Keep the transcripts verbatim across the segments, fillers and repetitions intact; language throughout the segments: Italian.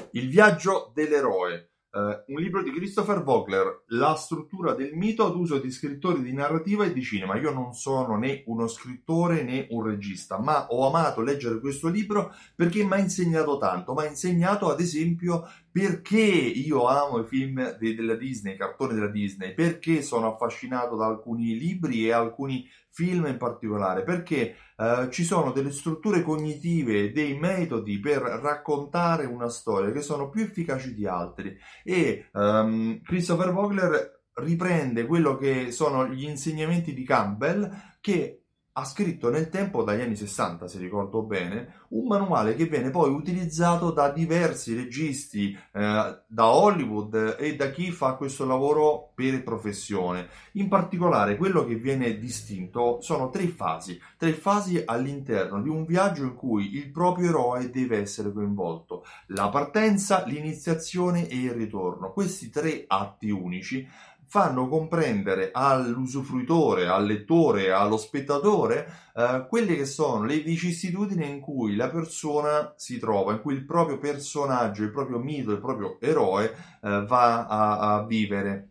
Il viaggio dell'eroe, eh, un libro di Christopher Vogler, la struttura del mito ad uso di scrittori di narrativa e di cinema. Io non sono né uno scrittore né un regista, ma ho amato leggere questo libro perché mi ha insegnato tanto. Mi ha insegnato, ad esempio, perché io amo i film de- della Disney, i cartoni della Disney, perché sono affascinato da alcuni libri e alcuni film in particolare, perché eh, ci sono delle strutture cognitive, dei metodi per raccontare una storia che sono più efficaci di altri. E um, Christopher Vogler riprende quello che sono gli insegnamenti di Campbell, che ha scritto nel tempo, dagli anni sessanta se ricordo bene, un manuale che viene poi utilizzato da diversi registi, eh, da Hollywood e da chi fa questo lavoro per professione. In particolare quello che viene distinto sono tre fasi, tre fasi all'interno di un viaggio in cui il proprio eroe deve essere coinvolto: la partenza, l'iniziazione e il ritorno. Questi tre atti unici fanno comprendere all'usufruitore, al lettore, allo spettatore, eh, quelle che sono le vicissitudini in cui la persona si trova, in cui il proprio personaggio, il proprio mito, il proprio eroe eh, va a, a vivere.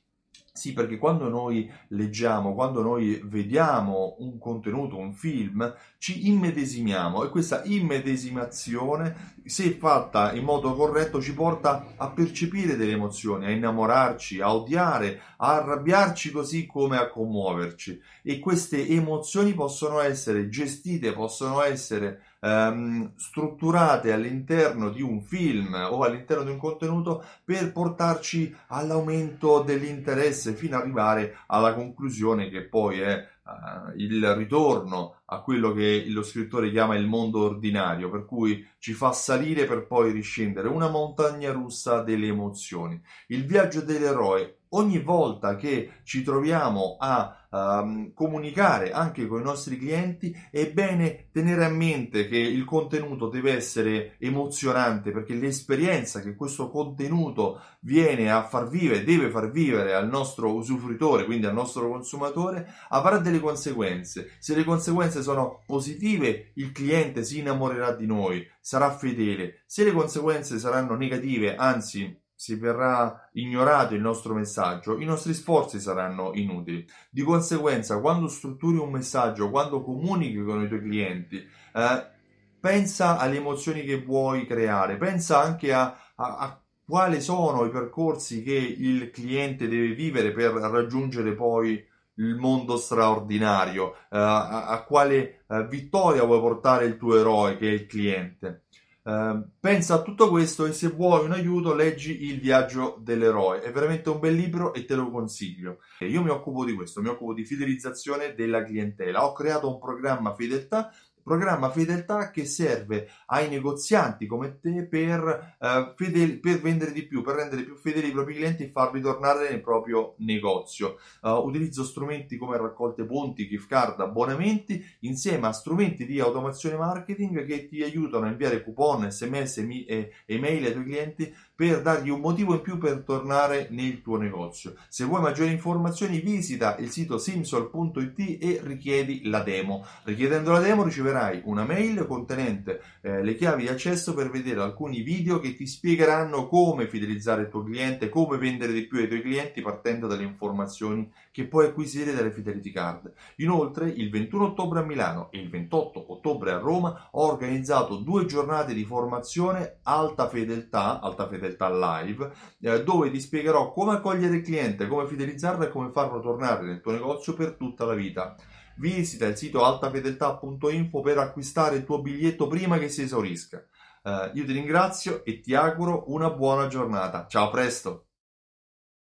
Sì, perché quando noi leggiamo, quando noi vediamo un contenuto, un film, ci immedesimiamo, e questa immedesimazione, se fatta in modo corretto, ci porta a percepire delle emozioni, a innamorarci, a odiare, a arrabbiarci, così come a commuoverci. E queste emozioni possono essere gestite, possono essere ehm, strutturate all'interno di un film o all'interno di un contenuto per portarci all'aumento dell'interesse, fino ad arrivare alla conclusione, che poi è uh, il ritorno a quello che lo scrittore chiama il mondo ordinario, per cui ci fa salire per poi riscendere, una montagna russa delle emozioni. Il viaggio dell'eroe. Ogni volta che ci troviamo a um, comunicare anche con i nostri clienti, è bene tenere a mente che il contenuto deve essere emozionante, perché l'esperienza che questo contenuto viene a far vivere, deve far vivere al nostro usufruitore, quindi al nostro consumatore, avrà delle conseguenze. Se le conseguenze sono positive, il cliente si innamorerà di noi, sarà fedele. Se le conseguenze saranno negative, anzi si verrà ignorato il nostro messaggio, i nostri sforzi saranno inutili. Di conseguenza, quando strutturi un messaggio, quando comunichi con i tuoi clienti, eh, pensa alle emozioni che vuoi creare, pensa anche a, a, a quali sono i percorsi che il cliente deve vivere per raggiungere poi il mondo straordinario, eh, a, a quale eh, vittoria vuoi portare il tuo eroe, che è il cliente. Uh, pensa a tutto questo, e se vuoi un aiuto leggi Il viaggio dell'eroe, è veramente un bel libro e te lo consiglio. Io mi occupo di questo, mi occupo di fidelizzazione della clientela. Ho creato un programma fedeltà Programma fedeltà che serve ai negozianti come te per, uh, fedeli, per vendere di più, per rendere più fedeli i propri clienti e farli tornare nel proprio negozio. Uh, utilizzo strumenti come raccolte punti, gift card, abbonamenti, insieme a strumenti di automazione marketing che ti aiutano a inviare coupon, sms e email ai tuoi clienti per dargli un motivo in più per tornare nel tuo negozio. Se vuoi maggiori informazioni, visita il sito simsol punto it e richiedi la demo. Richiedendo la demo riceverai una mail contenente eh, le chiavi di accesso per vedere alcuni video che ti spiegheranno come fidelizzare il tuo cliente, come vendere di più ai tuoi clienti, partendo dalle informazioni che puoi acquisire dalle Fidelity Card. Inoltre, il ventuno ottobre a Milano e il ventotto ottobre a Roma ho organizzato due giornate di formazione alta fedeltà, alta fedeltà live, eh, dove ti spiegherò come accogliere il cliente, come fidelizzarlo e come farlo tornare nel tuo negozio per tutta la vita. Visita il sito altafedeltà punto info per acquistare il tuo biglietto prima che si esaurisca. Uh, io ti ringrazio e ti auguro una buona giornata. Ciao, a presto!